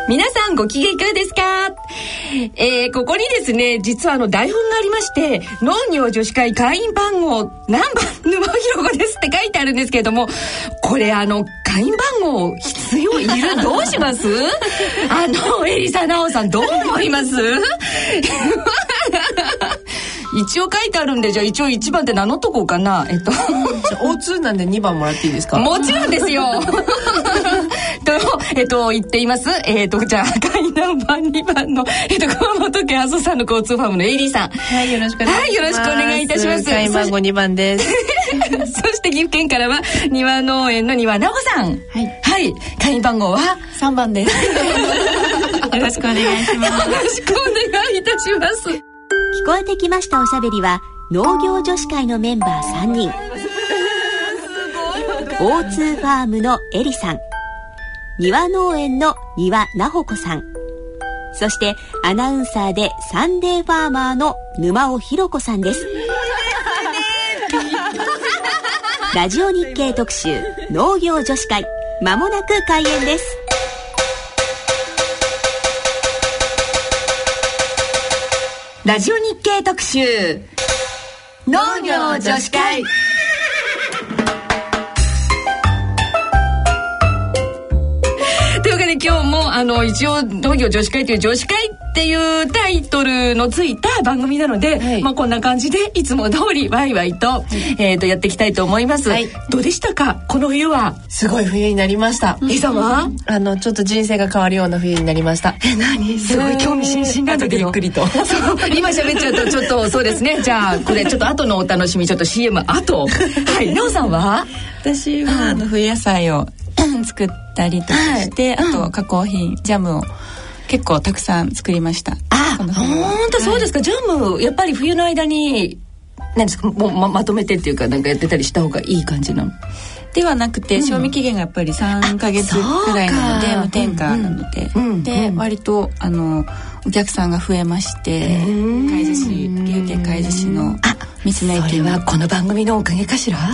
皆さんご機嫌いかがですか？ここにですね、実は台本がありまして、農業女子会会員番号何番沼ひろ子ですって書いてあるんですけれども、これ会員番号必要いる？どうします？エリサナオさんどう思います？一応書いてあるんで、じゃあ一応1番って名乗っとこうかな。 O2 なんで2番もらっていいですか？ もちろんですよ。言っています。じゃあ会員ナンバー2番の熊本県阿蘇山の交通ファームのエリーさん。 はい、よろしくお願いします。はい、 よろしくお願いいたします。 会員番号2番です。 そして岐阜県からは庭農園の庭直さん。はい。会員番号は 3番です。よろしくお願いします。 よろしくお願いいたします。 聞こえてきましたおしゃべりは農業女子会のメンバー3人。O2 ファームのエリさん、庭農園の庭なほこさん、そしてアナウンサーでサンデーファーマーの沼尾ひろ子さんです。ラジオ日経特集農業女子会、まもなく開演です。 ラジオ日経特集農業女子会。というわけで今日も一応農業女子会という女子会っていうタイトルのついた番組なので、はい、こんな感じでいつも通りワイワイと、やっていきたいと思います、はい、どうでしたかこの冬は？ すごい冬になりました。 リサはちょっと人生が変わるような冬になりました。 何？すごい興味津々なんだけど、 ゆっくりと今喋っちゃうとちょっとそうですね。じゃあこれちょっと後のお楽しみ、ちょっと CM 後。はい、なおさんは？ 私は冬野菜を作ったりとかして、はい、あと加工品、ジャムを結構たくさん作りました。 本当そうですか、はい、ジャムやっぱり冬の間に何ですか、もう まとめてっていうかなんかやってたりした方がいい感じなのではなくて、賞味期限がやっぱり3ヶ月くらいなので無添加なので、で割とお客さんが増えまして、貝寿司、岐阜県貝寿司の道の駅。 それはこの番組のおかげかしら？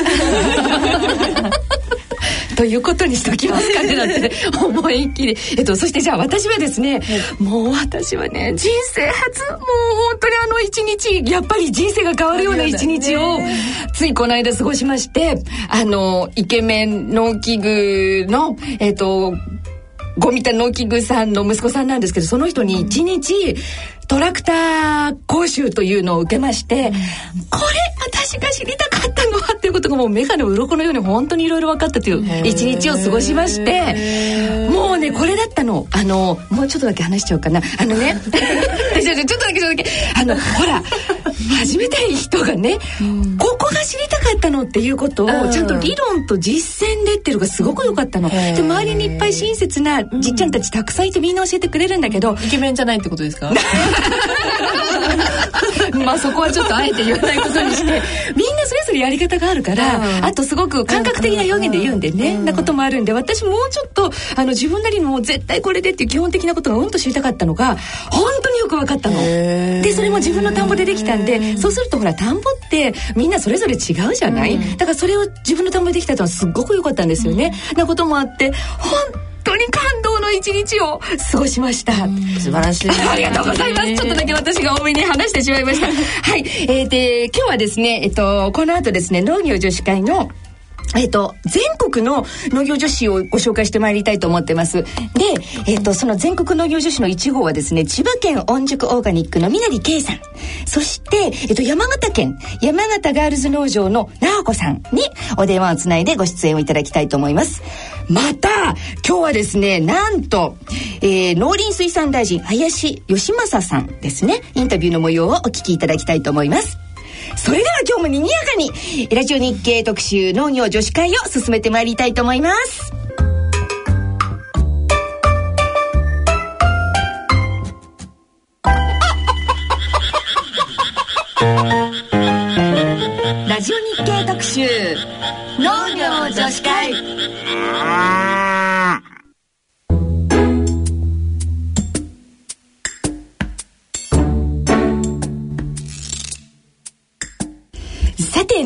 ということにしておきますかねなんて思いっきり、そしてじゃあ私はですね、もう私はね、人生初、もう本当に一日、やっぱり人生が変わるような一日をついこの間過ごしまして、イケメン農機具のゴミタ農機具さんの息子さんなんですけど、その人に一日トラクター講習というのを受けまして、これ私が知りたかったのはっていうことがもう目がの鱗のように本当にいろいろ分かったという一日を過ごしまして、もうねこれだったの。もうちょっとだけ話しちゃおうかな。ちょっとだけほら初めて人がね、ここが知りたかったのっていうことをちゃんと理論と実践でっていうのがすごく良かったので、周りにいっぱい親切なじっちゃんたちたくさんいてみんな教えてくれるんだけど、 イケメンじゃないってことですか？ そこはちょっとあえて言わないことにしてみんなそれぞれやり方があるから、あとすごく感覚的な表現で言うんでね、なこともあるんで、私もうちょっと自分なりにも絶対これでっていう基本的なことがと知りたかったのが本当によく分かったので、それも自分の田んぼでできたんで、そうするとほら田んぼってみんなそれぞれ違うじゃない、だからそれを自分の田んぼでできたのはすっごく良かったんですよね、なこともあって本当に感動の一日を過ごしました。 素晴らしい。 ありがとうございます。ちょっとだけ私が多めに話してしまいました。はい。で今日はですね、この後ですね、農業女子会の全国の農業女子をご紹介してまいりたいと思ってます。で、その全国農業女子の1号はですね、千葉県御宿オーガニックの南圭さん、そして、山形県山形ガールズ農場の直子さんにお電話をつないでご出演をいただきたいと思います。また今日はですね、なんと、農林水産大臣林芳正さんですね、インタビューの模様をお聞きいただきたいと思います。それでは今日も賑やかにラジオ日経特集農業女子会を進めてまいりたいと思います。ラジオ日経特集農業女子会。さて、農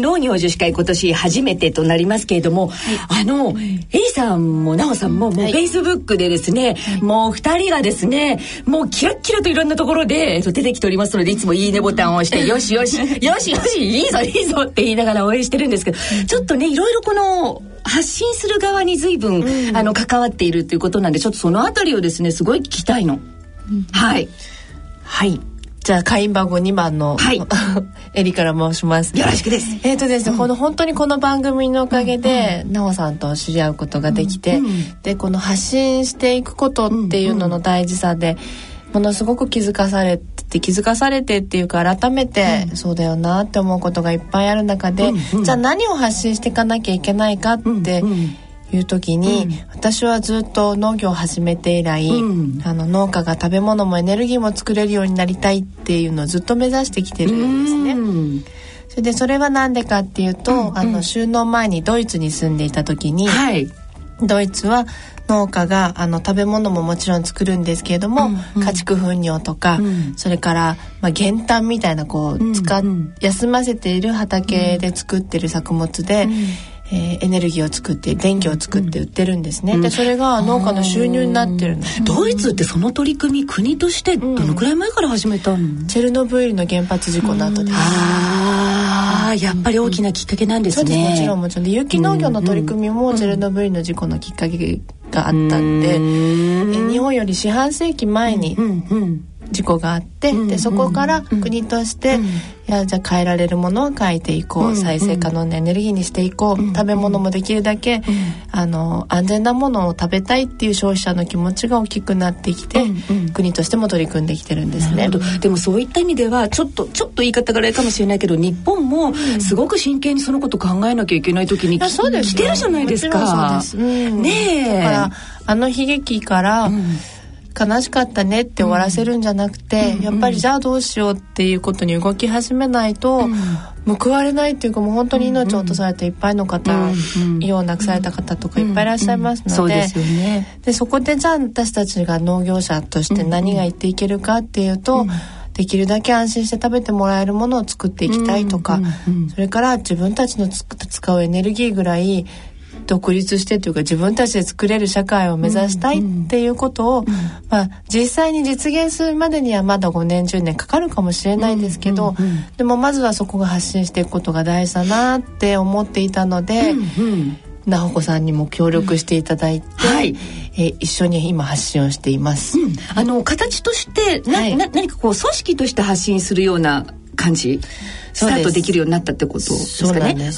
農業女子会今年初めてとなりますけれども、エリさんもナオさんももうフェイスブックでですね、もう2人がですねもうキラッキラといろんなところで出てきておりますので、いつもいいねボタンを押してよしよしよしよしいいぞいいぞって言いながら応援してるんですけど、ちょっとねいろいろこの発信する側に随分、関わっているということなんで、ちょっとそのあたりをですねすごい聞きたいの。はいじゃあ会員番号2番の、エリから申します。 よろしくです。 ですね、本当にこの番組のおかげで、なおさんと知り合うことができて、でこの発信していくことっていうのの大事さで、ものすごく気づかされてっていうか、改めて、そうだよなって思うことがいっぱいある中で、じゃあ何を発信していかなきゃいけないかっていう時に、私はずっと農業を始めて以来、農家が食べ物もエネルギーも作れるようになりたいっていうのをずっと目指してきてるんですね。それはなんでかっていうと、収納前にドイツに住んでいた時に、ドイツは農家が食べ物ももちろん作るんですけれども、家畜糞尿とか、それから減反みたいな休ませている畑で作ってる作物で、エネルギーを作って電気を作って売ってるんですね。でそれが農家の収入になってるんです。 ドイツってその取り組み国としてどのくらい前から始めたの？ チェルノブイリの原発事故の後です。 やっぱり大きなきっかけなんですね。 そうです、もちろんで有機農業の取り組みもチェルノブイリの事故のきっかけがあったんで、日本より四半世紀前に事故があって、でそこから国として、じゃあ変えられるものを変えていこう、再生可能なエネルギーにしていこう、食べ物もできるだけ、安全なものを食べたいっていう消費者の気持ちが大きくなってきて、国としても取り組んできてるんですね。 でもそういった意味ではちょっと言い方があれかもしれないけど、日本もすごく真剣にそのこと考えなきゃいけない時に来てるじゃないですか。 そうです、ねえ。だから悲劇から悲しかったねって終わらせるんじゃなくて、やっぱりじゃあどうしようっていうことに動き始めないと、報われないっていうか、もう本当に命を落とされたいっぱいの方、家をなくされた方とかいっぱいいらっしゃいますので、 そうですよね。 でそこでじゃあ私たちが農業者として何が言っていけるかっていうと、できるだけ安心して食べてもらえるものを作っていきたいとか、それから自分たちの使うエネルギーぐらい独立してというか、自分たちで作れる社会を目指したいっていうことを、実際に実現するまでにはまだ5年10年かかるかもしれないですけど、でもまずはそこが発信していくことが大事だなって思っていたので、直子さんにも協力していただいて、一緒に今発信をしています。 形として何かこう組織として発信するような感じ、スタートできるようになったってことですかね。 そうなんです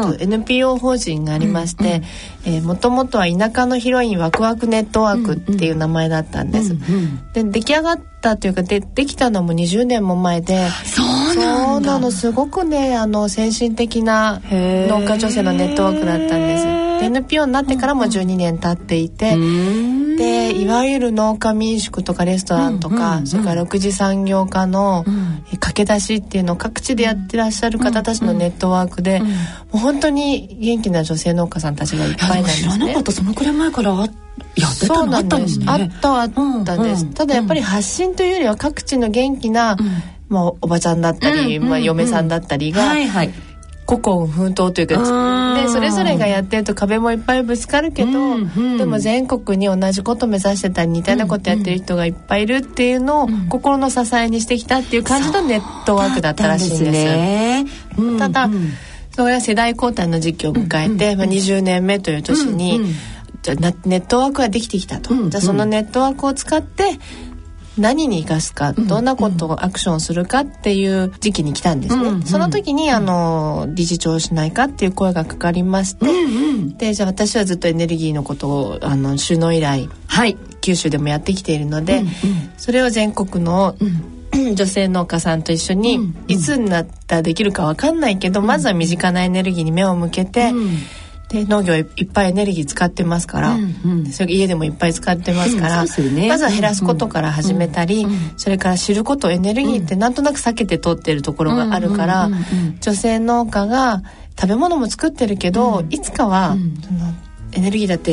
。NPO 法人がありまして、もともとは田舎のヒロインワクワクネットワークっていう名前だったんです。で出来上がったというかできたのも20年も前で、そうなの、すごくね先進的な農家女性のネットワークだったんです。で NPO になってからも12年経っていて、でいわゆる農家民宿とかレストランとか、それから6次産業化の駆け出しっていうのを各地でやってらっしゃる方たちのネットワークで、もう本当に元気な女性農家さんたちがいっぱいなんですね。 知らなかった。そのくらい前からやってたのあったんですね。 あったです。ただやっぱり発信というよりは各地の元気な、おばちゃんだったり、嫁さんだったりが、古今奮闘というかでそれぞれがやってると壁もいっぱいぶつかるけど、でも全国に同じことを目指してたり似たようなことやってる人がいっぱいいるっていうのを心の支えにしてきたっていう感じのネットワークだったらしいんです。ただそれは世代交代の時期を迎えて、20年目という年に、じゃあネットワークができてきたと、じゃあそのネットワークを使って何に生かすか、どんなことをアクションするかっていう時期に来たんですね。その時に理事長をしないかっていう声がかかりまして、でじゃあ私はずっとエネルギーのことを首脳以来、九州でもやってきているので、それを全国の女性農家さんと一緒に、いつになったらできるか分かんないけど、まずは身近なエネルギーに目を向けて、で農業いっぱいエネルギー使ってますから、それ家でもいっぱい使ってますから、まずは減らすことから始めたり、それから知ること、エネルギーってなんとなく避けて取ってるところがあるから、女性農家が食べ物も作ってるけど、いつかはそのエネルギーだって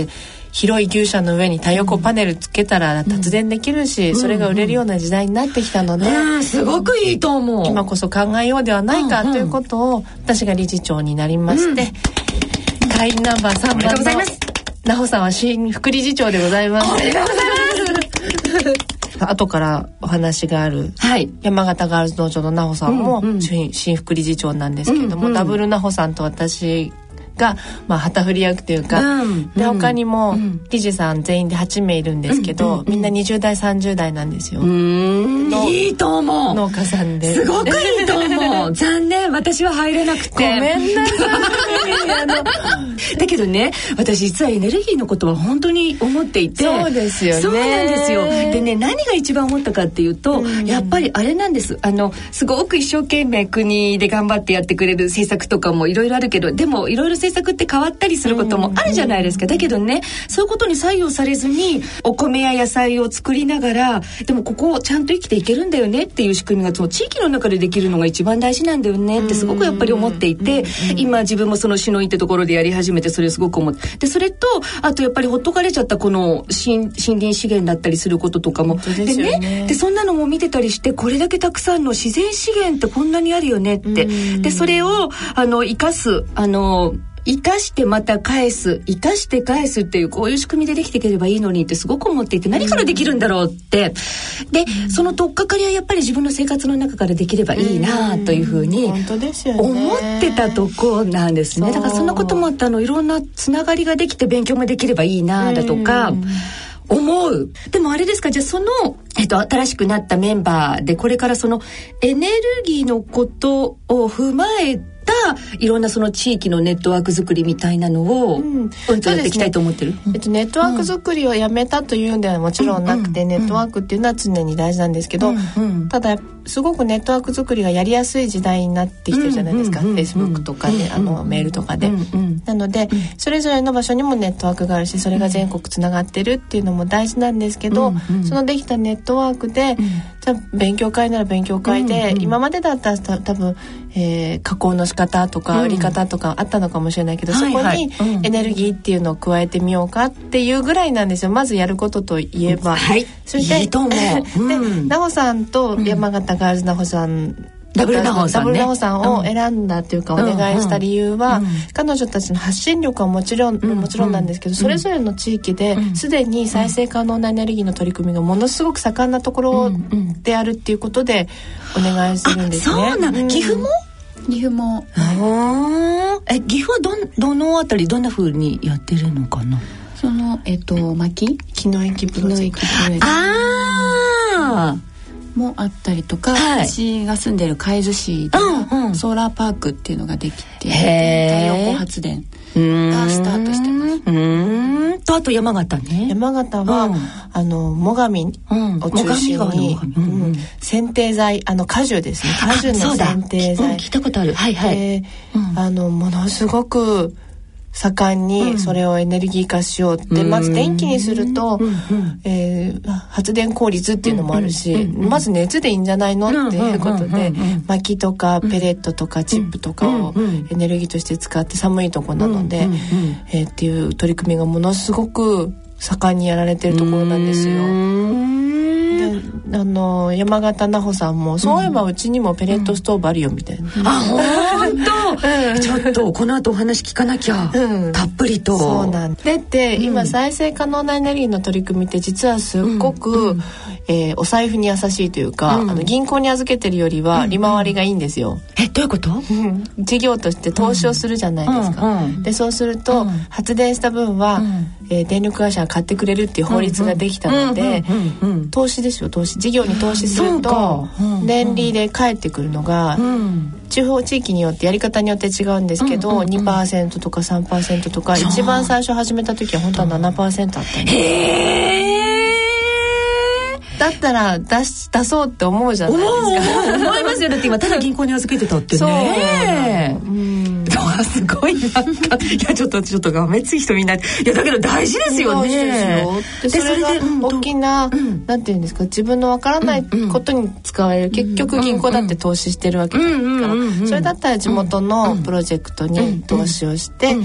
広い牛舎の上に太陽光パネルつけたら発電できるし、それが売れるような時代になってきたので、 すごくいいと思う。 今こそ考えようではないかということを私が理事長になりまして、会員ナンバー3番の奈穂さんは新副理事長でございます。 おめでとうございます後からお話がある、山形ガールズ道場の奈穂さんも新副理事長なんですけれども、ダブル奈穂さんと私が、旗振り役というか、で他にも理事さん全員で8名いるんですけど、みんな20代30代なんですよ。 いいと思う。 農家さんで。 すごくいいと思う。残念、私は入れなくて。 ごめんなさい。 だけどね、私実はエネルギーのことは本当に思っていて。 そうですよね。 そうなんですよ。でね、何が一番思ったかっていうと、やっぱりあれなんです。すごく一生懸命国で頑張ってやってくれる政策とかもいろいろあるけど、でもいろいろ政策って変わったりすることもあるじゃないですか。だけどね、そういうことに左右されずにお米や野菜を作りながら、でもここをちゃんと生きていけるんだよねっていう仕組みがその地域の中でできるのが一番大事なんだよねってすごくやっぱり思っていて、今自分もそのシノイってところでやり始めて、それをすごく思って、でそれとあとやっぱりほっとかれちゃったこの森林資源だったりすることとかもでね、でそんなのも見てたりして、これだけたくさんの自然資源ってこんなにあるよねって、でそれを生かす生かしてまた返す、生かして返すっていうこういう仕組みでできていければいいのにってすごく思っていて、何からできるんだろうって、でその取っかかりはやっぱり自分の生活の中からできればいいなというふうに思ってたとこなんですね。だからそんなこともあっていろんなつながりができて勉強もできればいいなだとか思う。でもあれですか、じゃあその、新しくなったメンバーでこれからそのエネルギーのことを踏まえたいろんなその地域のネットワーク作りみたいなのをやっていきたいと思ってる。 ネットワーク作りをやめたというんではもちろんなくて、ネットワークっていうのは常に大事なんですけど、ただすごくネットワーク作りがやりやすい時代になってきてるじゃないですか。Facebook とかでメールとかで、なのでそれぞれの場所にもネットワークがあるし、それが全国つながってるっていうのも大事なんですけど、そのできたネットワークで、じゃあ勉強会なら勉強会で、今までだったら多分加工の仕方とか売り方とかあったのかもしれないけど、そこにエネルギーっていうのを加えてみようかっていうぐらいなんですよ。まずやることといえば、それでいいと思う。で奈穂さんと山形ガールズ奈穂さん、ダブル奈穂さんを選んだというかお願いした理由は、彼女たちの発信力はもちろんなんですけど、それぞれの地域ですでに再生可能なエネルギーの取り組みがものすごく盛んなところであるっていうことでお願いするんですね。 そうなの。岐阜も岐阜も岐阜はどのあたりどんな風にやってるのかな。 その木の駅プロジェクトもあったりとか、私が住んでる海津市でソーラーパークっていうのができて、太陽光発電がスタートしてます。 あと山形ね。 山形は最上を中心に剪定材、果樹ですね。果樹の剪定材聞いたことある。 ものすごく盛んにそれをエネルギー化しようって、まず電気にすると、発電効率っていうのもあるし、まず熱でいいんじゃないのっていうことで、薪とかペレットとかチップとかをエネルギーとして使って寒いとこなので、っていう取り組みがものすごく盛んにやられてるところなんですよ。山形奈穂さんもそういえばうちにもペレットストーブあるよみたいな、 本当ちょっとこの後お話聞かなきゃ、たっぷりと。 そうなんで、今再生可能なエネルギーの取り組みって実はすっごく、お財布に優しいというか、銀行に預けてるよりは利回りがいいんですよ。 どういうこと？ 事業として投資をするじゃないですか。でそうすると、発電した分は、電力会社が買ってくれるっていう法律ができたので、投資ですよ。投資事業に投資すると年利で返ってくるのが、地方地域によってやり方によって違うんですけど、2% とか 3% とか、一番最初始めた時は本当は 7% あったんです。だったら出そうって思うじゃないですか。 思いますよ。だって今ただ銀行に預けてたってね。すごいなんかいやちょっとがめつい人みんな、いやだけど大事ですよね。 でそれが大きな、なんていうんですか、自分のわからないことに使われる、結局銀行だって投資してるわけですから、それだったら地元のプロジェクトに投資をして、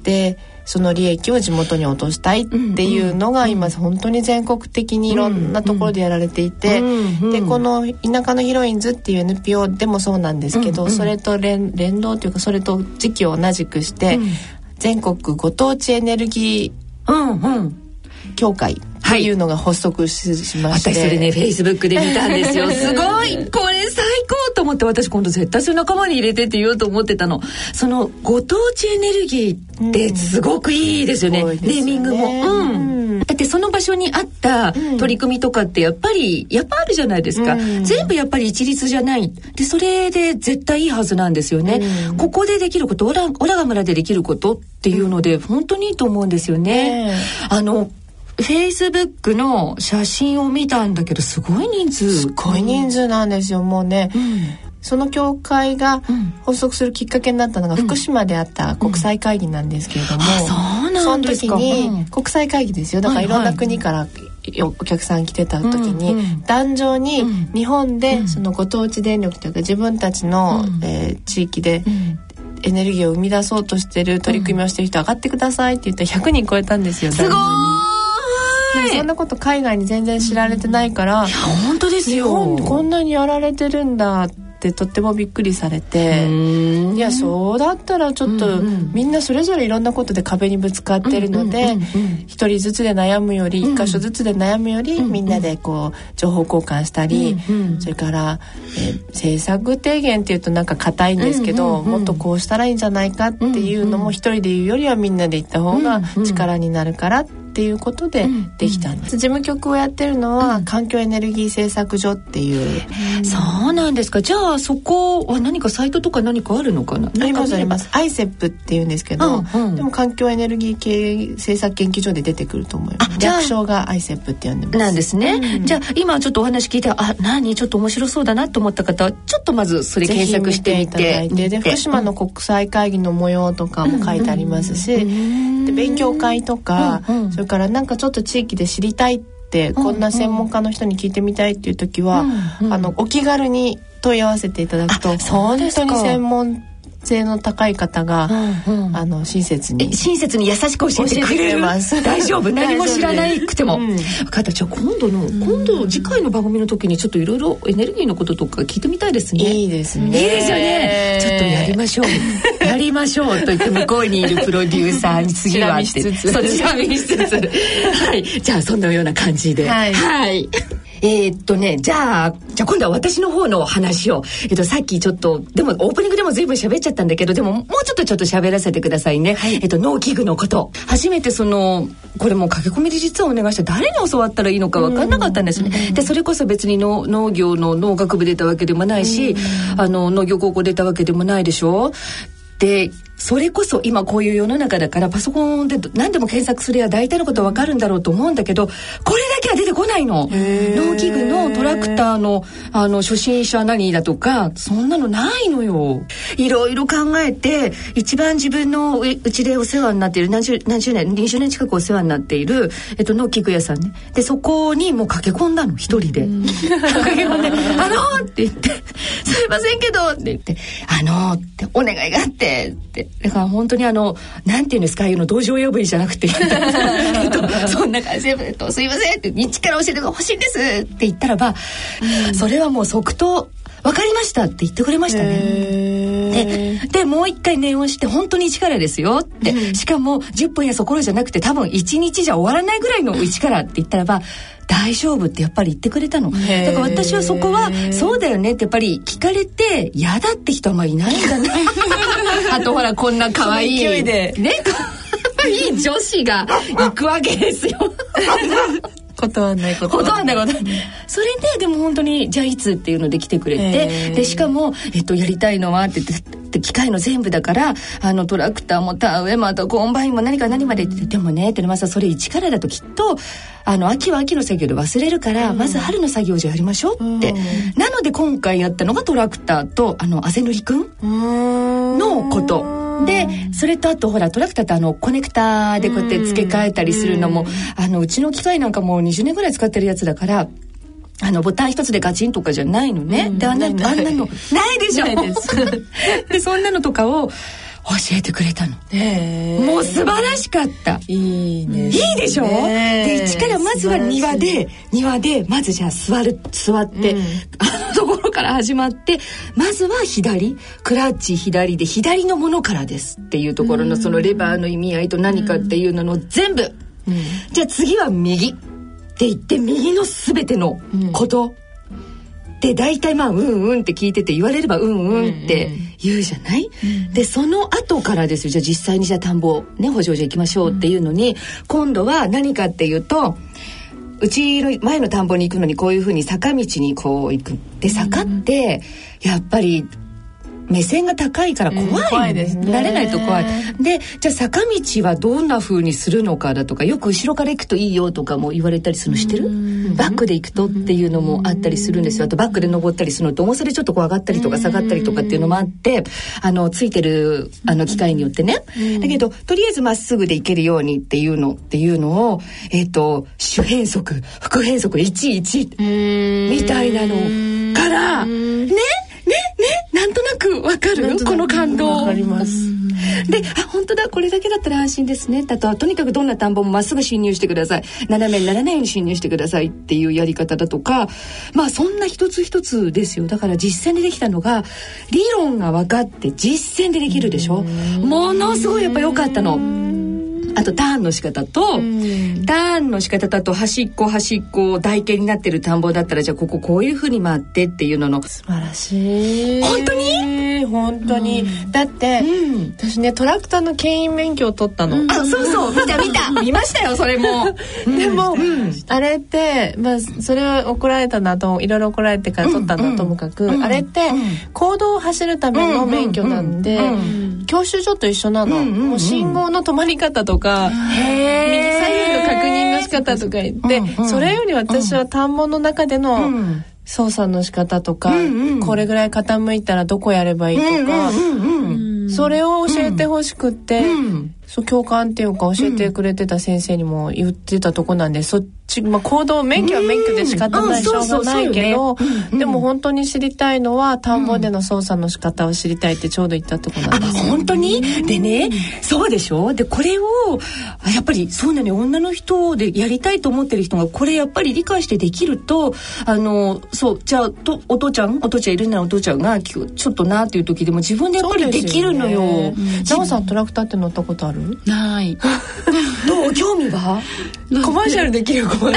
でその利益を地元に落としたいっていうのが今本当に全国的にいろんなところでやられていて、でこの田舎のヒロインズっていう NPO でもそうなんですけど、それと連動というかそれと時期を同じくして、全国ご当地エネルギー協会っていうのが発足しまして、 私それね Facebook で見たんですよ。すごいこれ最高と思って、私今度絶対その仲間に入れてって言おうと思ってたの。そのご当地エネルギーってすごくいいですよね、ネーミングも、だってその場所にあった取り組みとかってやっぱりあるじゃないですか、全部やっぱり一律じゃないで、それで絶対いいはずなんですよね、ここでできること、オラガ村でできることっていうので本当にいいと思うんですよね。Facebook の写真を見たんだけどすごい人数なんですよ。もうね、その協会が発足するきっかけになったのが福島であった国際会議なんですけれども、その時に国際会議ですよ。だからいろんな国からお客さん来てた時に、壇上に日本でそのご当地電力というか自分たちの地域でエネルギーを生み出そうとしてる取り組みをしてる人上がってくださいって言ったら100人超えたんですよ。 すごい。 そんなこと海外に全然知られてないから、 いや本当ですよ、 日本こんなにやられてるんだってとってもびっくりされて、いやそうだったらちょっと、みんなそれぞれいろんなことで壁にぶつかってるので、一人ずつで悩むより、一箇所ずつで悩むより、みんなでこう情報交換したり、それから、政策提言っていうとなんか硬いんですけど、もっとこうしたらいいんじゃないかっていうのも一人で言うよりはみんなで言った方が力になるからっていうことでできたんです。事務局をやってるのは環境エネルギー政策所っていう、 そうなんですか。じゃあそこは何かサイトとか何かあるのかな。 あります。ICEP っていうんですけど、でも環境エネルギー系政策研究所で出てくると思います。略称が ICEP って呼んでます。 なんですね、じゃあ今ちょっとお話聞いて、ちょっと面白そうだなと思った方はちょっとまずそれ検索してみていただいて、 で福島の国際会議の模様とかも書いてありますし、で勉強会とか、それからなんかちょっと地域で知りたいって、こんな専門家の人に聞いてみたいっていう時は、お気軽に問い合わせていただくと、本当に専門性の高い方が、親切に優しく教えてくれます。大丈夫何も知らなくても、分かった。じゃあ今度次回の番組の時にちょっといろいろエネルギーのこととか聞いてみたいですね。 いいですね。 いいですよね。ちょっとやりましょうと言って向こうにいるプロデューサーに次はってチラ見しつつはい、じゃあそんなような感じで、はいじゃあ今度は私の方の話を、さっきちょっとでもオープニングでも随分喋っちゃったんだけど、でももうちょっと喋らせてくださいね。農機具のこと、初めてこれも駆け込みで実はお願いして、誰に教わったらいいのか分かんなかったんですね。でそれこそ別に農業の農学部出たわけでもないし、農業高校出たわけでもないでしょ。でそれこそ今こういう世の中だからパソコンで何でも検索すれば大体のことわかるんだろうと思うんだけど、これだけは出てこないの。農機具のトラクターの初心者何だとかそんなのないのよ。いろいろ考えて一番自分のうちでお世話になっている20年近くお世話になっている農機具屋さんね。でそこにもう駆け込んだの一人で。駆け込んでって言ってすいませんけどって言ってってお願いがあってってだから本当になんていうんですか、ああいうの道場破りじゃなくてそんな感じですいませんって日から教えてほしいんですって言ったらば、それはもう即答分かりましたって言ってくれましたね。でもう一回念をして本当に一からですよって、しかも10分やそこらじゃなくて多分1日じゃ終わらないぐらいの一からって言ったらば大丈夫ってやっぱり言ってくれたの。だから私はそこはそうだよねってやっぱり聞かれて嫌だって人はまあいないんだねあとほらこんな可愛い勢いでね可愛い女子が行くわけですよ断んないそれでも本当にじゃあいつっていうので来てくれて、でしかも、やりたいのはって言って機械の全部だからトラクターも田植えもあとコンバインも何までって言ってもねってまさそれ一からだときっと秋は秋の作業で忘れるから、まず春の作業じゃやりましょうって、なので今回やったのがトラクターとあぜ塗りくんのことで、それとあとほらトラクターってコネクターでこうやって付け替えたりするのもうちの機械なんかもう20年ぐらい使ってるやつだからボタン一つでガチンとかじゃないのね、であんなのないでしょでそんなのとかを教えてくれたの。もう素晴らしかった。 いいね。 いいでしょ。で一からまずは庭でまずじゃあ座って、ところから始まって、まずは左クラッチ左で左のものからですっていうところのそのレバーの意味合いと何かっていうのの全部、じゃあ次は右って言って右の全てのこと、で大体まあうんって聞いてて言われればうんって言うじゃない、でその後からですよ。じゃあ実際にじゃあ田んぼね補助じゃ行きましょうっていうのに、今度は何かっていうと、うちの前の田んぼに行くのにこういうふうに坂道にこう行く。で坂ってやっぱり目線が高いから怖いですね。慣れないと怖い。でじゃあ坂道はどんな風にするのかだとか、よく後ろから行くといいよとかも言われたりするの知ってる？バックで行くとっていうのもあったりするんですよ。あとバックで登ったりするのと重さでちょっとこう上がったりとか下がったりとかっていうのもあって、ついてる機械によってね、だけどとりあえずまっすぐで行けるようにっていうのを主変速副変速11みたいなのからねなんとなくわかる？この感動。 わかります。 で、本当だ、これだけだったら安心ですね。あとはとにかくどんな田んぼもまっすぐ進入してください。斜めにならないように進入してくださいっていうやり方だとか、まあそんな一つ一つですよ。だから実践でできたのが、理論が分かって実践でできるでしょ。ものすごいやっぱ良かったの。あとターンの仕方と、あと端っこ台形になってる田んぼだったら、じゃあこういう風に回ってっていうのの素晴らしい。 本当に、 だって、私ねトラクターの牽引免許を取ったの。 そう見た見ましたよそれも。 でも、あれってまあそれは怒られたなと、いろいろ怒られてから取ったんだともかく、あれって公道を走るための免許なんで、教習所と一緒なの。もう信号の止まり方とか、右左右の確認の仕方とか言って、それより私は田んぼの中での操作の仕方とか、これぐらい傾いたらどこやればいいとか、それを教えてほしくって、共感っていうか教えてくれてた先生にも言ってたとこなんで、そっち、行動免許は免許で仕方ない、しょうがないけど、でも本当に知りたいのは田んぼでの操作の仕方を知りたいってちょうど言ったとこなんですよ。 本当にでね、そうでしょ。でこれをやっぱりそうなのよ。女の人でやりたいと思ってる人がこれやっぱり理解してできると、そうじゃあお父ちゃんいるならお父ちゃんがちょっとなっていう時でも自分でやっぱりできるのよ。 なおさんトラクターって乗ったことある？ ない。 どう？興味は？ コマーシャルできる。できる。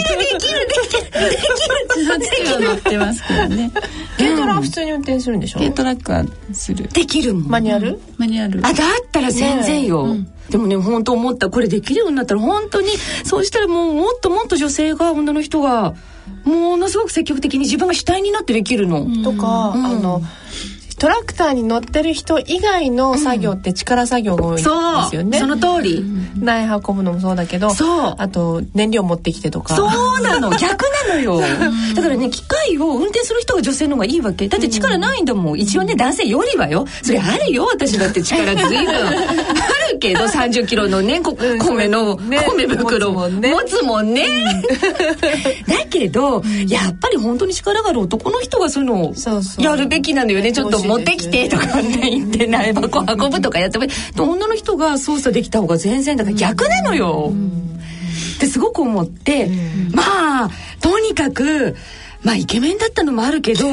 乗ってますけどね。 軽トラは普通に運転するんでしょ？ 軽トラックはする。 できるもん。 マニュアル。 だったら全然よ。でもね、本当思った。これできるようになったら本当に、そうしたらもうもっともっと女性が、女の人がものすごく積極的に自分が主体になってできるの。 とか、トラクターに乗ってる人以外の作業って力作業が多いんですよね。 その通り。 苗運ぶのもそうだけど、あと燃料持ってきてとか。 そうなの。逆なのよ。だからね、機械を運転する人が女性の方がいいわけ。だって力ないんだもん。一応ね、男性よりはよ。それあるよ。私だって力ずいぶんあるけど、30キロのね、米の米袋持つもんね。だけど、やっぱり本当に力がある男の人がそういうのをやるべきなのよね。ちょっと持ってきてとか言って苗箱運ぶとかやっても女の人が操作できた方が全然だから逆なのよってすごく思って、まあとにかくイケメンだったのもあるけど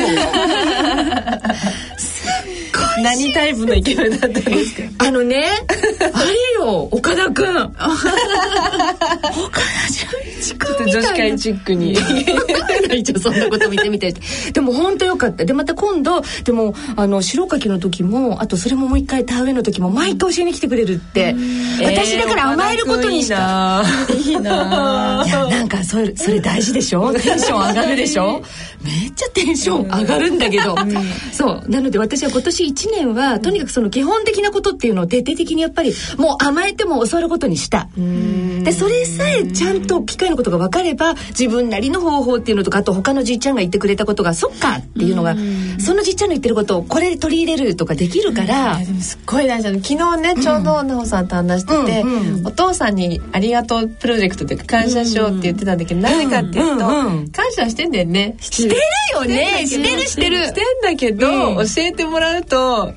何タイプのイケメンだったんですか？ あれよ、岡田くん岡田准一くんみたいな、 女子会チックに一応そんなこと見てみたいでも本当よかった。でまた今度でも白柿の時も、あとそれももう一回田植えの時も毎回教えに来てくれるって、私だから甘えることにした。いいな。いやなんかそれ大事でしょ。テンション上がるでしょ。めっちゃテンション上がるんだけど、そうなので私は今年1年はとにかくその基本的なことっていうのを徹底的にやっぱりもう甘えても教わることにした。でそれさえちゃんと機械のことが分かれば自分なりの方法っていうのとか、あと他のじいちゃんが言ってくれたことがそっかっていうのが、そのじいちゃんの言ってることをこれで取り入れるとかできるから、 でもすっごい大事なの。昨日ねちょうど奈穂さんと話してて、お父さんにありがとうプロジェクトで感謝しようって言ってたんだけど、なぜかっていうと、感謝してんだよね。 してるよね。してるしてんだけど、教えてもらうと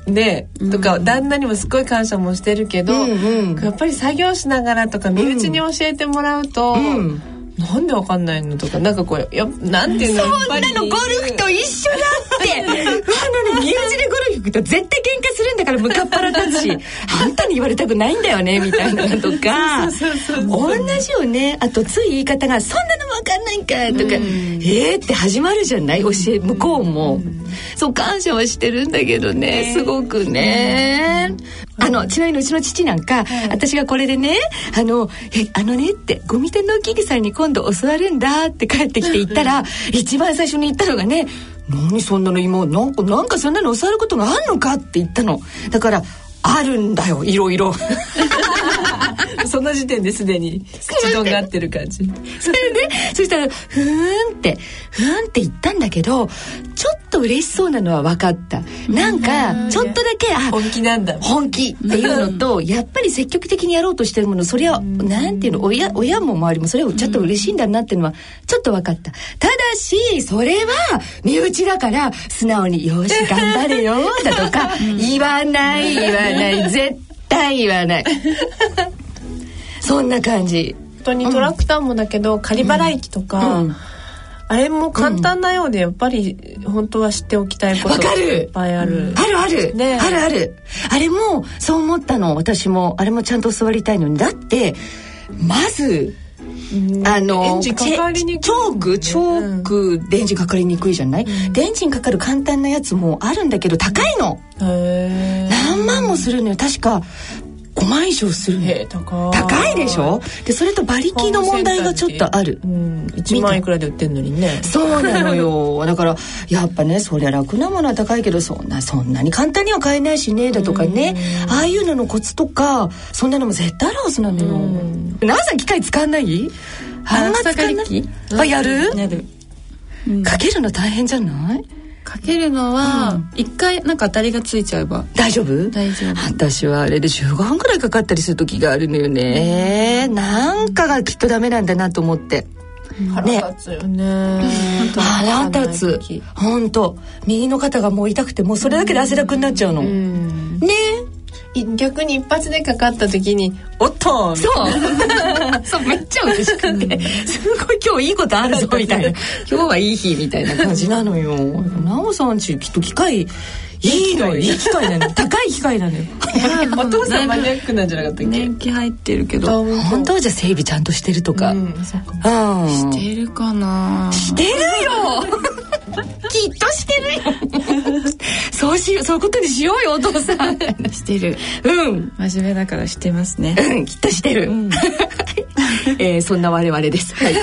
でとか旦那にもすごい感謝もしてるけど、やっぱり作業しながらとか身内に教えてもらうと、なんでわかんないのとか、なんかこうなんていうの、 そんなのゴルフと一緒だって身内でゴルフ行くと絶対喧嘩するんだからムカっ腹立つしあんたに言われたくないんだよねみたいなのとか同じよね。あとつい言い方がそんなのもわかんないんかとか、って始まるじゃない、向こうも、そう感謝はしてるんだけどね、すごくね。ちなみにうちの父なんか、私がこれでねねってゴミ店のおきぎさんに今度教わるんだって帰ってきて言ったら一番最初に言ったのがね、何そんなの今なんかそんなの教わることがあんのかって言ったの。だからあるんだよ、いろいろその時点ですでに口とんがってる感じ。 それでそしたらふーんって言ったんだけど、ちょっと嬉しそうなのは分かった。なんかちょっとだけ本気なんだ、 本気っていうのと、やっぱり積極的にやろうとしてるもの、それはなんていうの、親も周りもそれをちょっと嬉しいんだなっていうのはちょっと分かった。ただしそれは身内だから素直によし頑張れよだとか言わない絶対言わないそんな感じ。 本当にトラクターもだけど、仮払い機とか、あれも簡単なようで、やっぱり本当は知っておきたいことがいっぱいある。 ある、ね、ある。あれもそう思ったの。私もあれもちゃんと教わりたいのに。だってまずエンジンかかりにくい、 チョークでエンジンかかりにくいじゃない、でエンジンかかる簡単なやつもあるんだけど高いの。何万もするのよ。確か5万以上するの。高いでしょ。でそれと馬力の問題がちょっとある。 1万いくらで売ってんのにね。 そうなのよ。だからやっぱね、そりゃ楽なものは高いけどそんなに簡単には買えないしねだとかね、ああいうののコツとかそんなのも絶対あるはずなのよ。なぜ機械使わない？あんま使わない。やる？かけるの大変じゃない？ かけるのは一回なんか当たりがついちゃえば大丈夫。私はあれで15分くらいかかったりする時があるのよね。なんかがきっとダメなんだなと思って。 腹立つよね。 腹立つ。本当。右の肩がもう痛くて、もうそれだけで汗だくになっちゃうの。ね。 逆に一発でかかった時におっとそうめっちゃ嬉しくて、すごい今日いいことあるぞみたいな、今日はいい日みたいな感じなのよ。なおさんちきっと機械いいのよ。いい機械なの。高い機械なのよ。 お父さんマニアックなんじゃなかったっけ？ 年季入ってるけど。 本当はじゃあ整備ちゃんとしてるとか。 してるかな。 してるよきっとしてるよそういうことにしようよお父さん。 してる。真面目だからしてますね。 きっとしてる。そんな我々です。はい。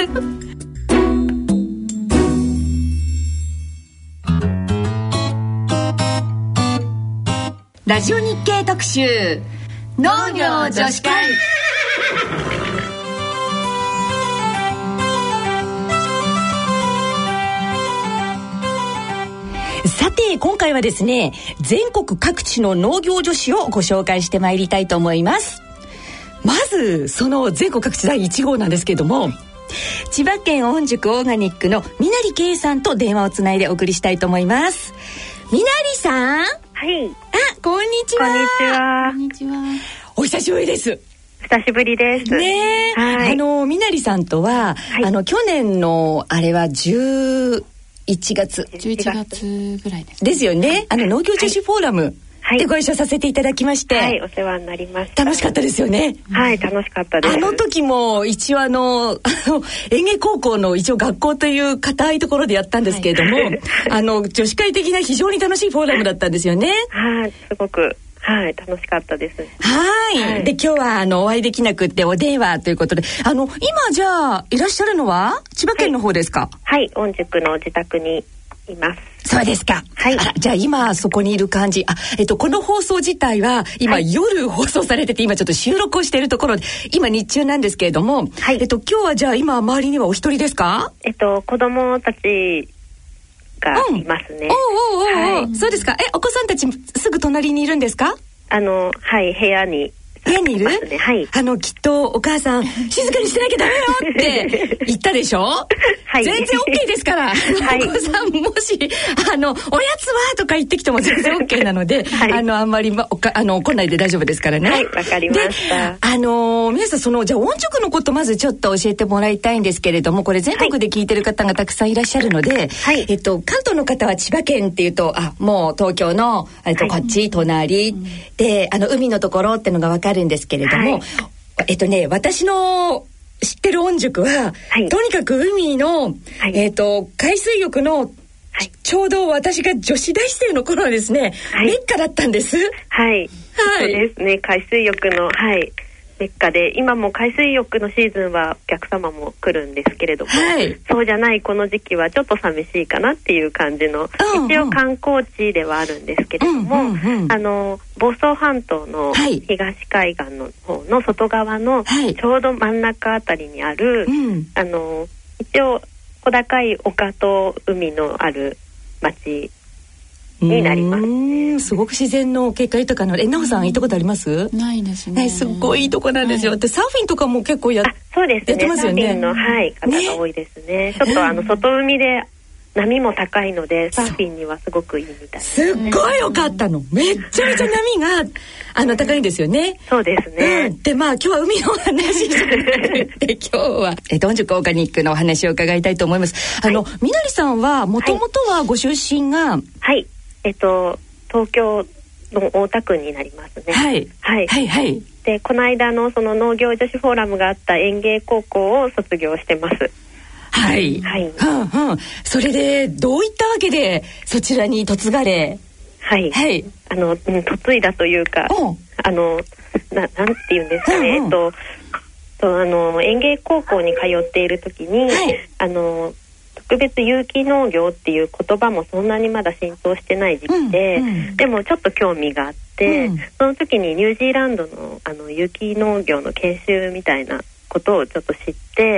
ラジオ日経特集農業女子会。さて今回はですね、全国各地の農業女子をご紹介してまいりたいと思います。まずその全国各地第1号なんですけれども、千葉県御宿オーガニックのみなりけいさんと電話をつないでお送りしたいと思います。みなりさん。 はい。 こんにちは。 こんにちは。 お久しぶりです。 久しぶりです。 ねえ、はい、みなりさんとは、はい、去年のあれは11月ぐらいです。 ですよね。農業女子フォーラムでご一緒させていただきまして、 はい、お世話になりました。 楽しかったですよね。 はい、楽しかったです。 あの時も一応園芸高校の一応学校という固いところでやったんですけれども、はい、女子会的な非常に楽しいフォーラムだったんですよね。 はい、すごく。はい、楽しかったです。 はい。で、今日はお会いできなくってお電話ということで、今じゃあいらっしゃるのは千葉県の方ですか？ はい、御宿の自宅にいます。 そうですか。 はい。 じゃあ今そこにいる感じ。この放送自体は今、夜放送されてて、今ちょっと収録をしているところで、今日中なんですけれども、はい。今日はじゃあ今周りにはお一人ですか？ 子供たちがいますね。 はい、そうですか。お子さんたちすぐ隣にいるんですか？ はい、部屋に3 部屋にいる、 ね、はい、 きっとお母さん静かにしてなきゃダメよって言ったでしょはい、全然 OK ですから、はい、お子さんもしおやつはとか言ってきても全然 OK なので、はい、あんまり、怒んないで大丈夫ですからね。 はい、わかりました。 皆さんじゃあ音塾のことまずちょっと教えてもらいたいんですけれども、これ全国で聞いてる方がたくさんいらっしゃるので、はい、関東の方は千葉県っていうともう東京のこっち隣で海のところってのがわかるんですけれども、はい、私の知ってる音塾は、はい、とにかく海の、はい、海水浴の、はい、ちょうど私が女子大生の頃はですね、はい、メッカだったんです。 はい、はい、そうですね、海水浴の、はい、メッカで、今も海水浴のシーズンはお客様も来るんですけれども、はい、そうじゃないこの時期はちょっと寂しいかなっていう感じの、一応観光地ではあるんですけれども、房総半島の東海岸の方の外側のちょうど真ん中あたりにある、一応小高い丘と海のある町になりますね。 すごく自然の景観豊かな。なおさん行ったことあります？ ないですね。 すごいいいとこなんですよ。でサーフィンとかも結構そうですね、 やってますよね。 サーフィンの、はい、方が多いですね。ちょっと外海で波も高いのでサーフィンにはすごくいいみたいです、 ね。すっごい良かったの。めっちゃめちゃ波が高いんですよね。 そうですね。 で今日は海のお話じゃなくて今日は音塾オーガニックのお話を伺いたいと思います。みなりさんはもともとはご出身が、 はい、東京の大田区になりますね。はい、はい、はいはい。でこの間のその農業女子フォーラムがあった園芸高校を卒業してます。 はい、はい、それでどういったわけでそちらに嫁がれ、はい、はい、 嫁いだというか、なんていうんですかね、園芸高校に通っている時に、はい、特別有機農業っていう言葉もそんなにまだ浸透してない時期で、でもちょっと興味があって、その時にニュージーランドの有機農業の研修みたいなことをちょっと知って、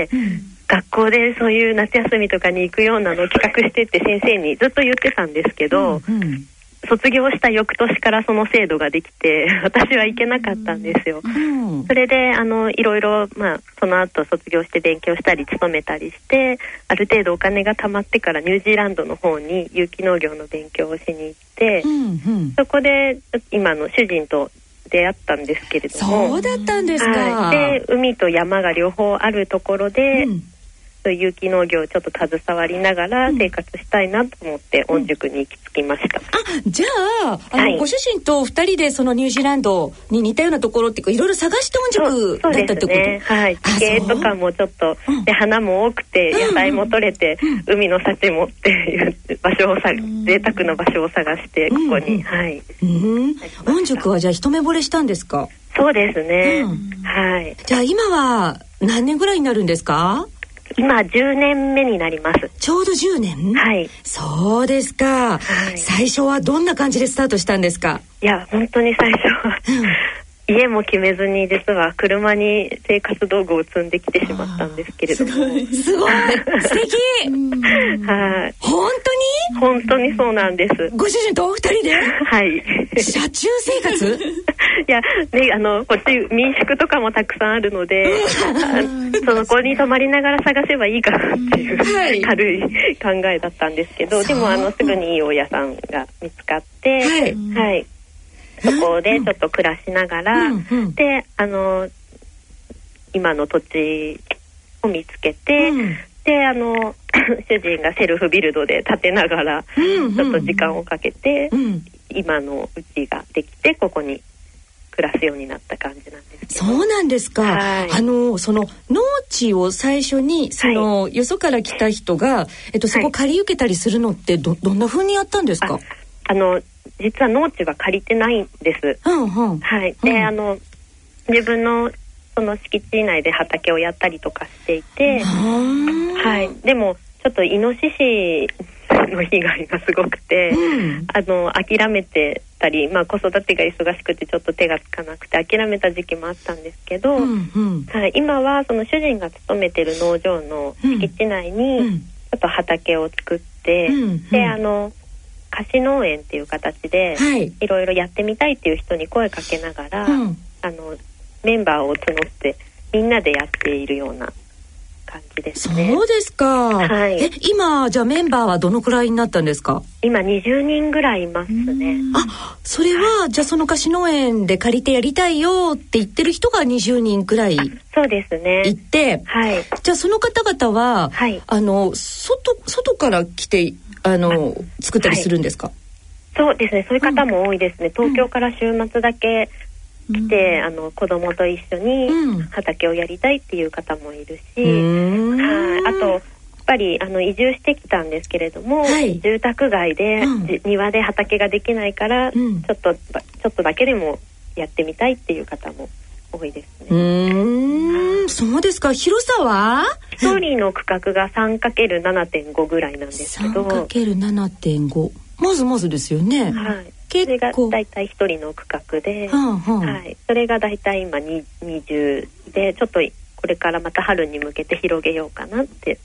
学校でそういう夏休みとかに行くようなのを企画してって先生にずっと言ってたんですけど、卒業した翌年からその制度ができて私は行けなかったんですよ。それでいろいろ、その後卒業して勉強したり勤めたりしてある程度お金が貯まってからニュージーランドの方に有機農業の勉強をしに行って、そこで今の主人と出会ったんですけれども。 そうだったんですか。 はい、で海と山が両方あるところで、有機農業をちょっと携わりながら生活したいなと思って音塾に行き着きました。 じゃあ、ご主人と2人でそのニュージーランドに似たようなところっていうかいろいろ探して音塾だったってこと？そうですね、はい、 地形とかもちょっとで花も多くて野菜も取れて、海の幸もっていう場所を贅沢な場所を探してここに、はい、 音塾はじゃあ一目惚れしたんですか？ そうですね、はい。 じゃあ今は何年ぐらいになるんですか？ 今10年目になります。 ちょうど10年？はい。そうですか、はい。最初はどんな感じでスタートしたんですか？ いや本当に最初は、家も決めずに実は車に生活道具を積んできてしまったんですけれども。すごい素敵はい。 本当にそうなんです。 ご主人とお二人ではい車中生活いやね、こっち民宿とかもたくさんあるのでそこに泊まりながら探せばいいかなっていう、はい、軽い考えだったんですけど、でもすぐにいい大家さんが見つかって、はい、はい、そこでちょっと暮らしながら、で今の土地を見つけて、で主人がセルフビルドで建てながらちょっと時間をかけて、今のうちができてここに暮らすようになった感じなんですけど。 そうなんですか、はい、その農地を最初によそから来た人が、そこ借り受けたりするのってどんな風にやったんですか？ 実は農地は借りてないんです、はい。で、自分のその敷地内で畑をやったりとかしていて、はい、でもちょっとイノシシの被害がすごくて、諦めてたり、子育てが忙しくてちょっと手がつかなくて諦めた時期もあったんですけど、はい、今はその主人が勤めてる農場の敷地内にちょっと畑を作って、で貸し農園っていう形でいろいろやってみたいっていう人に声かけながら、 メンバーを募ってみんなでやっているような感じですね。 そうですか、はい、今じゃあメンバーはどのくらいになったんですか？ 今20人ぐらいいますね。 あ、それはじゃあその貸し農園で借りてやりたいよって言ってる人が20人くらいそうですね行って、はい、じゃあその方々は、はい、外から来て作ったりするんですか？ そうですね、そういう方も多いですね、東京から週末だけ来て、子供と一緒に畑をやりたいっていう方もいるし、あとやっぱり移住してきたんですけれども、はい、住宅街で、庭で畑ができないから、ちょっとだけでもやってみたいっていう方も多いですね。 そうですか。広さは 1人の区画が 3×7.5 ぐらいなんですけど 3×7.5 まずですよね。はい、 それがだいたい1人の区画で、はい、それがだいたい今20で、ちょっとこれからまた春に向けて広げようかなって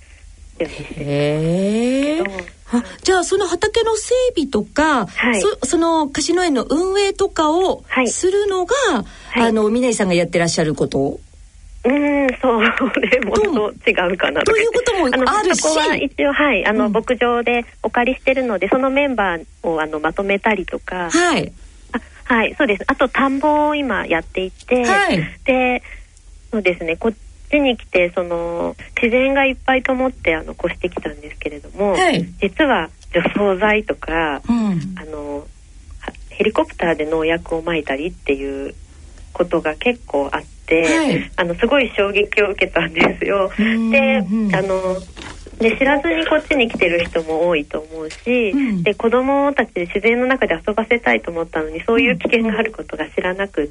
じゃあその畑の整備とか、はい、その貸し農園の運営とかをするのが、はい、峰井さんがやってらっしゃること？ それも違うかなということもあるし、 そこは一応、はい、牧場でお借りしてるので、そのメンバーをまとめたりとか、はい、はい、そうです。あと田んぼを今やっていて、はい、で、そうですね、こっちに来て自然がいっぱいと思って越してきたんですけれども、はい、実は除草剤とか、ヘリコプターで農薬をまいたりっていうことが結構あって、はい、すごい衝撃を受けたんですよ。で、知らずにこっちに来てる人も多いと思うし、で子供たちで自然の中で遊ばせたいと思ったのに、そういう危険があることが知らなくって、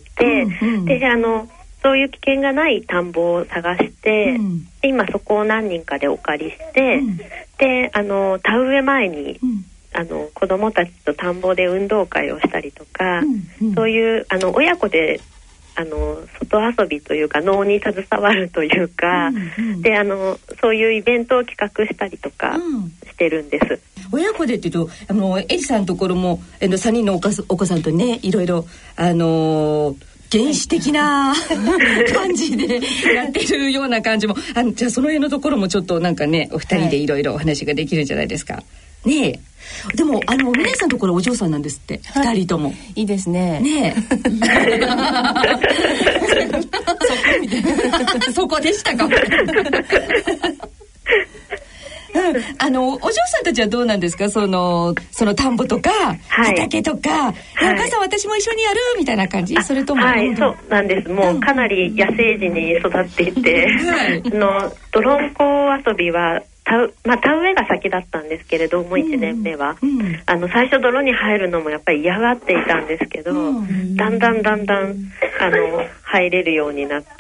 でそういう危険がない田んぼを探して、で今そこを何人かでお借りして、で田植え前に子供たちと田んぼで運動会をしたりとか、そういう親子で外遊びというか農に携わるというか、でそういうイベントを企画したりとかしてるんです。 親子でっていうとエリさんのところも3人のお子さんとね、いろいろ原始的な感じでやってるような感じもじゃあその辺のところもちょっとなんかね、お二人でいろいろお話ができるんじゃないですかね。でも峰井さんのところお嬢さんなんですって、2人とも。 いいですね。 ねそこでしたかも。お嬢さんたちはどうなんですか？その田んぼとか畑とか、はい、お母さん私も一緒にやるみたいな感じ？それともはい、そうなんです。もうかなり野生児に育っていて、泥んこ遊びは田植えが先だったんですけれども、1年目は、最初泥に入るのもやっぱり嫌がっていたんですけど、だんだん入れるようになって、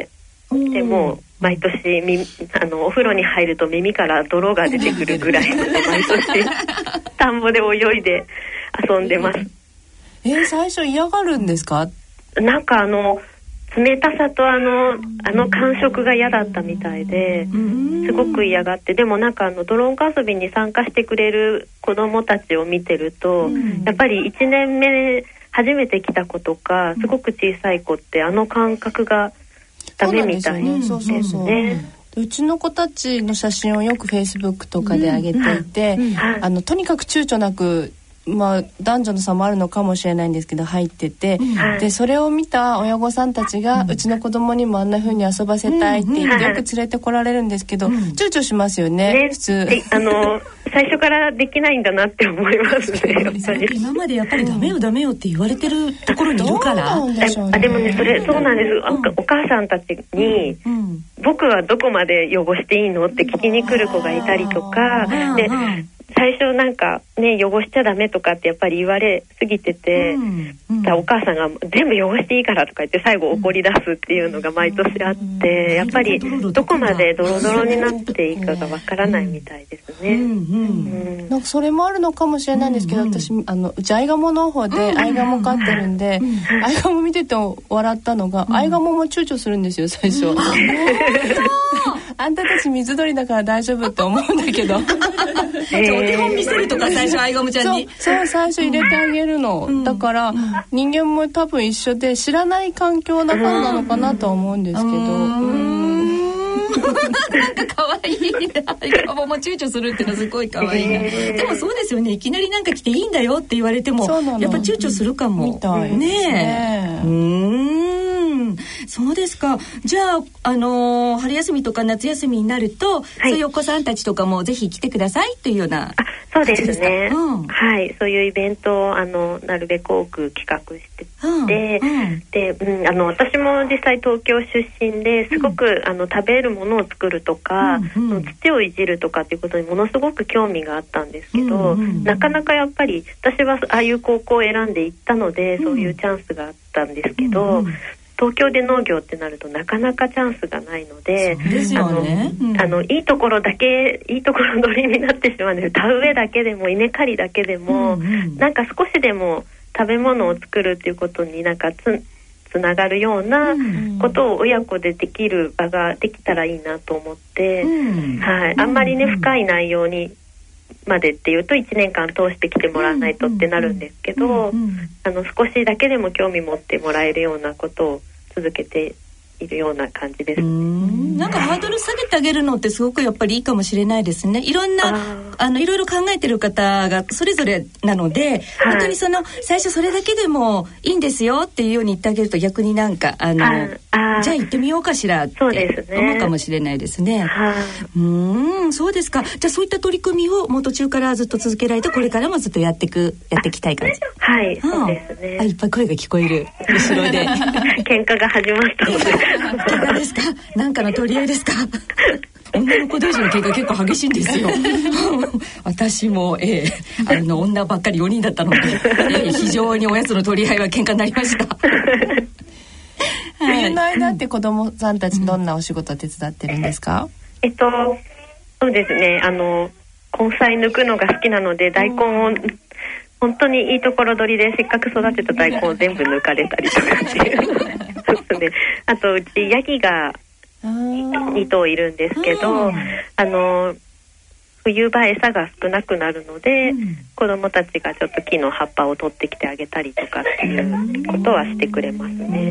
でも毎年お風呂に入ると耳から泥が出てくるぐらいので、毎年田んぼで泳いで遊んでます。 最初嫌がるんですか？ なんか冷たさと感触が嫌だったみたいで、すごく嫌がって、でもなんか泥んこ遊びに参加してくれる子どもたちを見てると、やっぱり1年目初めて来た子とかすごく小さい子って感覚がダメみたいですね。 うちの子たちの写真をよくフェイスブックとかで上げていて、とにかく躊躇なく、男女の差もあるのかもしれないんですけど入ってて、でそれを見た親御さんたちが、うちの子供にもあんな風に遊ばせたいって言ってよく連れてこられるんですけど、躊躇しますよね、普通。 最初からできないんだなって思いますね。やっぱり今までやっぱりダメよって言われてるところにいるから。 でもね、そうなんです。お母さんたちに、僕はどこまで汚していいのって聞きに来る子がいたりとかで、最初なんかね、汚しちゃダメとかってやっぱり言われすぎてて、お母さんが全部汚していいからとか言って最後怒り出すっていうのが毎年あって、やっぱりどこまでドロドロになっていいかがわからないみたいですね。 なんかそれもあるのかもしれないんですけど、私うちアイガモの方でアイガモ飼ってるんで、アイガモ見てて笑ったのが、アイガモも躊躇するんですよ最初。 あんたたち水鳥だから大丈夫って思うんだけどお手本見せるとか最初アイガモちゃんにそう最初入れてあげるの、だから人間も多分一緒で知らない環境のファンなのかなとは思うんですけど、 なんか可愛いな。アイガモも躊躇するっていうのはすごい可愛いな。でもそうですよね。いきなりなんか来ていいんだよって言われてもやっぱ躊躇するかも。 みたいですね。 そうですか。じゃあ春休みとか夏休みになると、そういうお子さんたちとかもぜひ来てくださいというような。 そうですね、はい、そういうイベントをなるべく多く企画してて、で、私も実際東京出身ですごく、食べるものを作るとか、土をいじるとかっていうことにものすごく興味があったんですけど、なかなかやっぱり私はああいう高校を選んでいったので、そういうチャンスがあったんですけど、東京で農業ってなるとなかなかチャンスがないので、 ですよね、 いいところ取りになってしまうんです。田植えだけでも稲刈りだけでも、なんか少しでも食べ物を作るっていうことになんかつながるようなことを親子でできる場ができたらいいなと思って、はい、あんまりね、深い内容にまでっていうと1年間通してきてもらわないとってなるんですけど、少しだけでも興味持ってもらえるようなことを続けているような感じです。 なんかハードル下げてあげるのってすごくやっぱりいいかもしれないですね。いろんないろいろ考えてる方がそれぞれなので、本当に最初それだけでもいいんですよっていうように言ってあげると、逆になんかじゃあ行ってみようかしらって思うかもしれないですね。そうですか。じゃあそういった取り組みをもう途中からずっと続けられて、これからもずっとやっていきたい感じ。 はい、そうですね。 いっぱい声が聞こえる後ろで喧嘩が始まったので喧嘩ですか？なんかの取り合いですか？女の子同士の喧嘩結構激しいんですよ。私も、女ばっかり4人だったので、非常におやつの取り合いは喧嘩になりました。 冬の間って子供さんたちどんなお仕事を手伝ってるんですか？ そうですね、根菜抜くのが好きなので、大根を本当にいいところ取りでせっかく育てた大根を全部抜かれたりとかっていうで、あとうちヤギが2頭いるんですけど、冬場餌が少なくなるので、子どもたちがちょっと木の葉っぱを取ってきてあげたりとかっていうことはしてくれますね。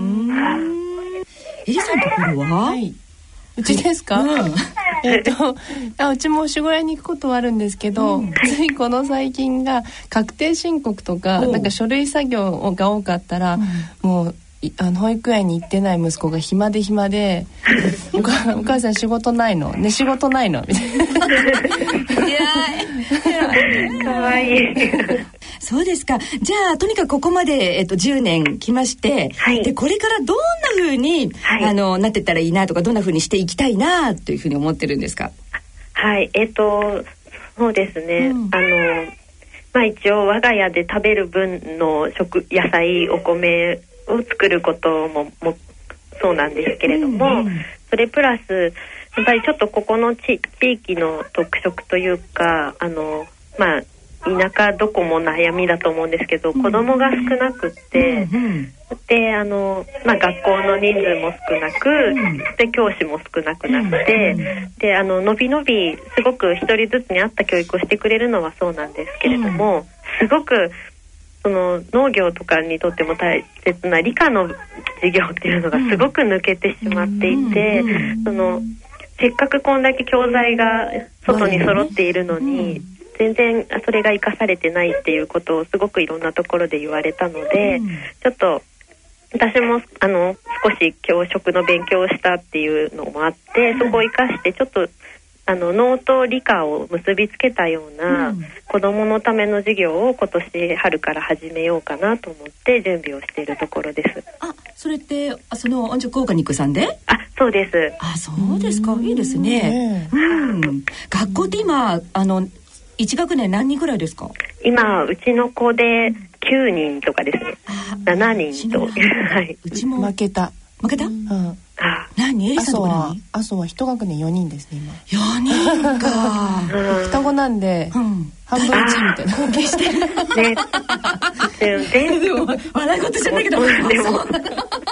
エリさんのところは？はい、 うちですか？うちも牛小屋に行くことはあるんですけど、ついこの最近が確定申告とか、なんか書類作業が多かったら、もう保育園に行ってない息子が暇でお母さん仕事ないのね、仕事ないのみたいな。かわいい。 そうですか。じゃあとにかくここまで、10年来まして、でこれからどんな風に、なってったらいいなとか、どんな風にしていきたいなというふうに思ってるんですか？ はい、そうですね、一応我が家で食べる分の野菜お米を作ることもそうなんですけれども、それプラスやっぱりちょっとここの地域の特色というか、田舎どこも悩みだと思うんですけど、子供が少なくって、で学校の人数も少なく、で教師も少なくなって、でのびのびすごく一人ずつに合った教育をしてくれるのはそうなんですけれども、すごくその農業とかにとっても大切な理科の授業っていうのがすごく抜けてしまっていて、せっかくこんだけ教材が外に揃っているのに、全然それが生かされてないっていうことをすごくいろんなところで言われたので、ちょっと私も少し教職の勉強をしたっていうのもあって、そこを生かしてちょっと農と理科を結びつけたような子どものための授業を今年春から始めようかなと思って準備をしているところです。 それってそのオーガニックさんで？ そうです。 そうですか。いいですね。学校って今1学年何人ぐらいですか？今うちの子で9人とかですね。7人と。 うちも負けた。 何？エリさんとこ何？ 阿蘇は一学年4人ですね今。 4人か。 双子なんで、半分1みたいな。 貢献してる。ね。でも笑い事じゃないけど。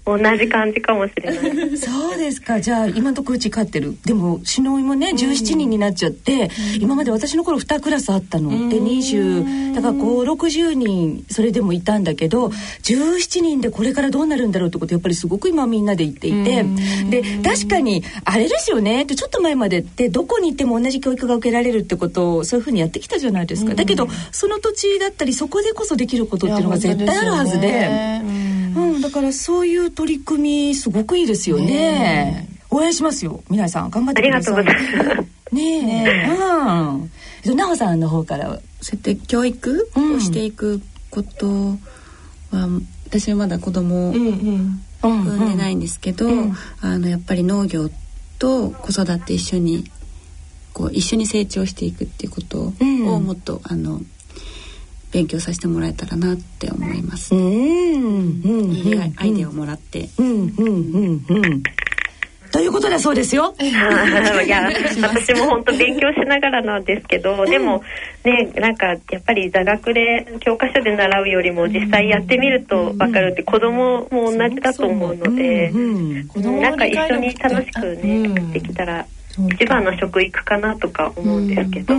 同じ感じかもしれないそうですか。じゃあ今のところうち飼ってる。でもシノイもね17人になっちゃって、今まで私の頃2クラスあったので20だから560人それでもいたんだけど、17人でこれからどうなるんだろうってことやっぱりすごく今みんなで言っていて、で確かにあれですよねってちょっと前までってどこに行っても同じ教育が受けられるってことをそういうふうにやってきたじゃないですか。だけどその土地だったりそこでこそできることっていうのが絶対あるはずで、だからそういう取り組みすごくいいですよね。応援しますよ。みなさん頑張ってください。 ありがとうございますねえ。なおさんの方からはそうやって教育をしていくことは、私はまだ子供を産んでないんですけど、やっぱり農業と子育て一緒に成長していくっていうことをもっと勉強させてもらえたらなって思います。いいアイデアをもらってということだそうですよ。 いや私も本当勉強しながらなんですけど、でもねなんかやっぱり座学で教科書で習うよりも実際やってみると分かるって子供も同じだと思うので、なんか一緒に楽しくねできたら一番の食育かなとか思うんですけど、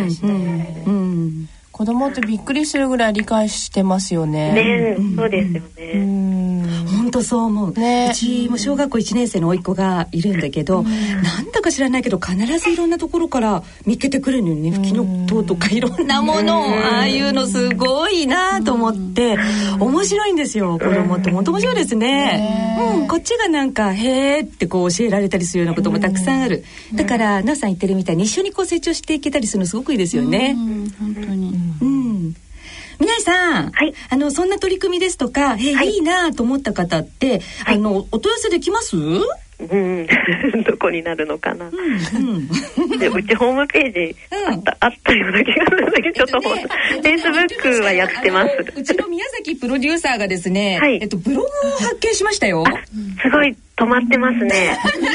子供ってびっくりするぐらい理解してますよね。 ね、そうですよね。 本当そう思う、ね、うちも小学校1年生の甥っ子がいるんだけど、なんだか知らないけど必ずいろんなところから見っけてくるのにね、フキノトウとかいろんなものをああいうのすごいなと思って面白いんですよ。子供って本当面白いですね。こっちがなんかへーってこう教えられたりするようなこともたくさんある。だからなおさん言ってるみたいに一緒にこう成長していけたりするのすごくいいですよね。 本当に。 みなさん、 はい、 そんな取り組みですとか、いいなと思った方って、お問い合わせできます？ どこになるのかな。でうちホームページあったような気がするんだけど、ちょっとフェイスブックはやってます。 うちの宮崎プロデューサーがですね、ブログを発見しましたよ。 すごい止まってますね。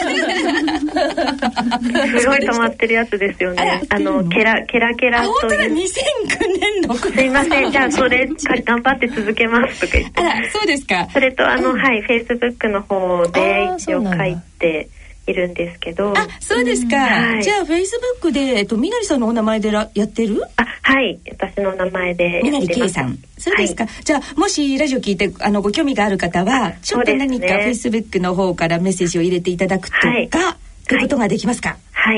すごい止まってるやつですよね。ケラケラという。 本当だ、2009年の。 すいません、じゃあそれ頑張って続けますとか言って。 そうですか。 それとFacebook の方で一応書いているんですけど。 そうですか。じゃあ Facebook でみなりさんのお名前でやってる？ はい、私の名前でみなりけいさん。そうですか。じゃあもしラジオ聞いてご興味がある方はちょっと何か Facebook の方からメッセージを入れていただくとかということができますか？ はい、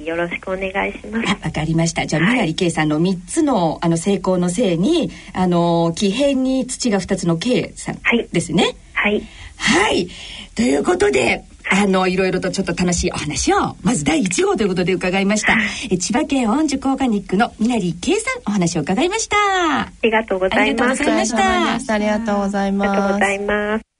よろしくお願いします。 わかりました。じゃあみなりけいさんの3つの成功のせいに木偏に土が2つのけいさんですね。はい。ということでいろいろとちょっと楽しいお話をまず第1号ということで伺いました。千葉県御宿オーガニックのみなりけいさんお話を伺いました。 ありがとうございます。 ありがとうございます。